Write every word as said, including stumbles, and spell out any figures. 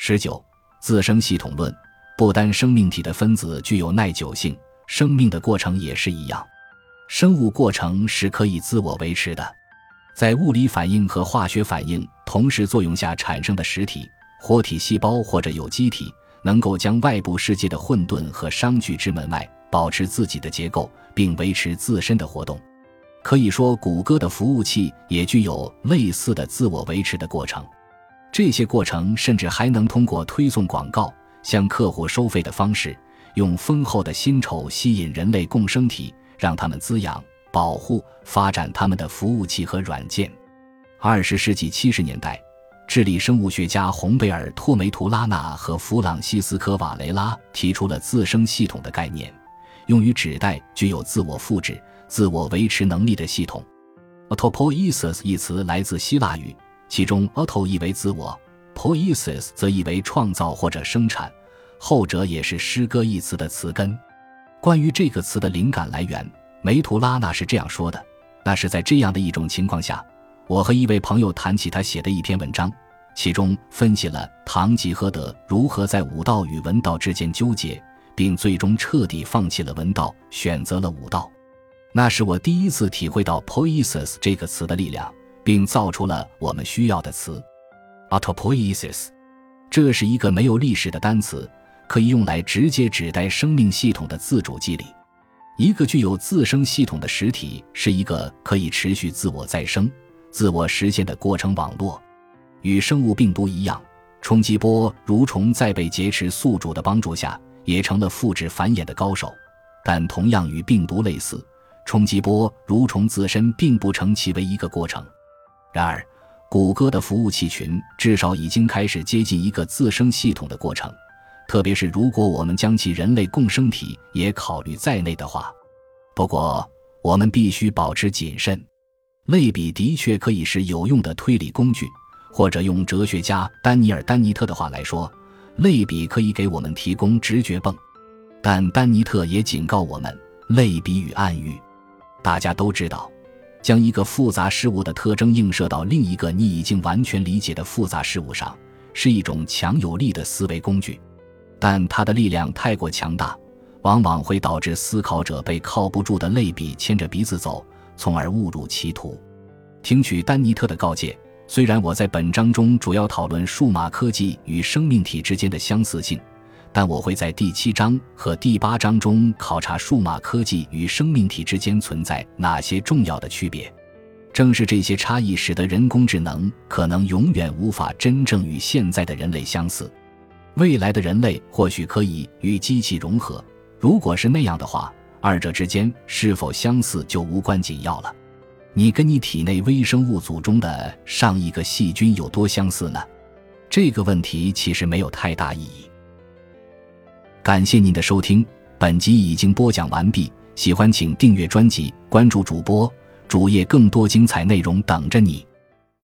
十九、自生系统论。不单生命体的分子具有耐久性，生命的过程也是一样。生物过程是可以自我维持的。在物理反应和化学反应同时作用下产生的实体、活体细胞或者有机体，能够将外部世界的混沌和商拒之门外，保持自己的结构，并维持自身的活动。可以说，谷歌的服务器也具有类似的自我维持的过程。这些过程甚至还能通过推送广告、向客户收费的方式，用丰厚的薪酬吸引人类共生体，让他们滋养、保护、发展他们的服务器和软件。二十世纪七十年代，智利生物学家洪贝尔托梅图拉纳和弗朗西斯科瓦雷拉提出了自生系统的概念，用于指代具有自我复制、自我维持能力的系统。 Autopoiesis 一词来自希腊语，其中 auto 意为自我， poiesis 则意为创造或者生产，后者也是诗歌一词的词根。关于这个词的灵感来源，梅图拉纳是这样说的：那是在这样的一种情况下，我和一位朋友谈起他写的一篇文章，其中分析了堂吉诃德如何在武道与文道之间纠结，并最终彻底放弃了文道，选择了武道。那是我第一次体会到 poiesis 这个词的力量，并造出了我们需要的词 autopoiesis。 这是一个没有历史的单词，可以用来直接指代生命系统的自主机理。一个具有自生系统的实体是一个可以持续自我再生、自我实现的过程网络。与生物病毒一样，冲击波蠕虫在被劫持宿主的帮助下也成了复制繁衍的高手，但同样与病毒类似，冲击波蠕虫自身并不成其为一个过程。然而，谷歌的服务器群至少已经开始接近一个自生系统的过程，特别是如果我们将其人类共生体也考虑在内的话。不过，我们必须保持谨慎。类比的确可以是有用的推理工具，或者用哲学家丹尼尔·丹尼特的话来说，类比可以给我们提供直觉泵。但丹尼特也警告我们，类比与暗喻。大家都知道，将一个复杂事物的特征映射到另一个你已经完全理解的复杂事物上，是一种强有力的思维工具，但它的力量太过强大，往往会导致思考者被靠不住的类比牵着鼻子走，从而误入歧途。听取丹尼特的告诫，虽然我在本章中主要讨论数码科技与生命体之间的相似性，但我会在第七章和第八章中考察数码科技与生命体之间存在哪些重要的区别。正是这些差异使得人工智能可能永远无法真正与现在的人类相似。未来的人类或许可以与机器融合，如果是那样的话，二者之间是否相似就无关紧要了。你跟你体内微生物组中的上亿个细菌有多相似呢？这个问题其实没有太大意义。感谢您的收听，本集已经播讲完毕，喜欢请订阅专辑，关注主播，主页更多精彩内容等着你。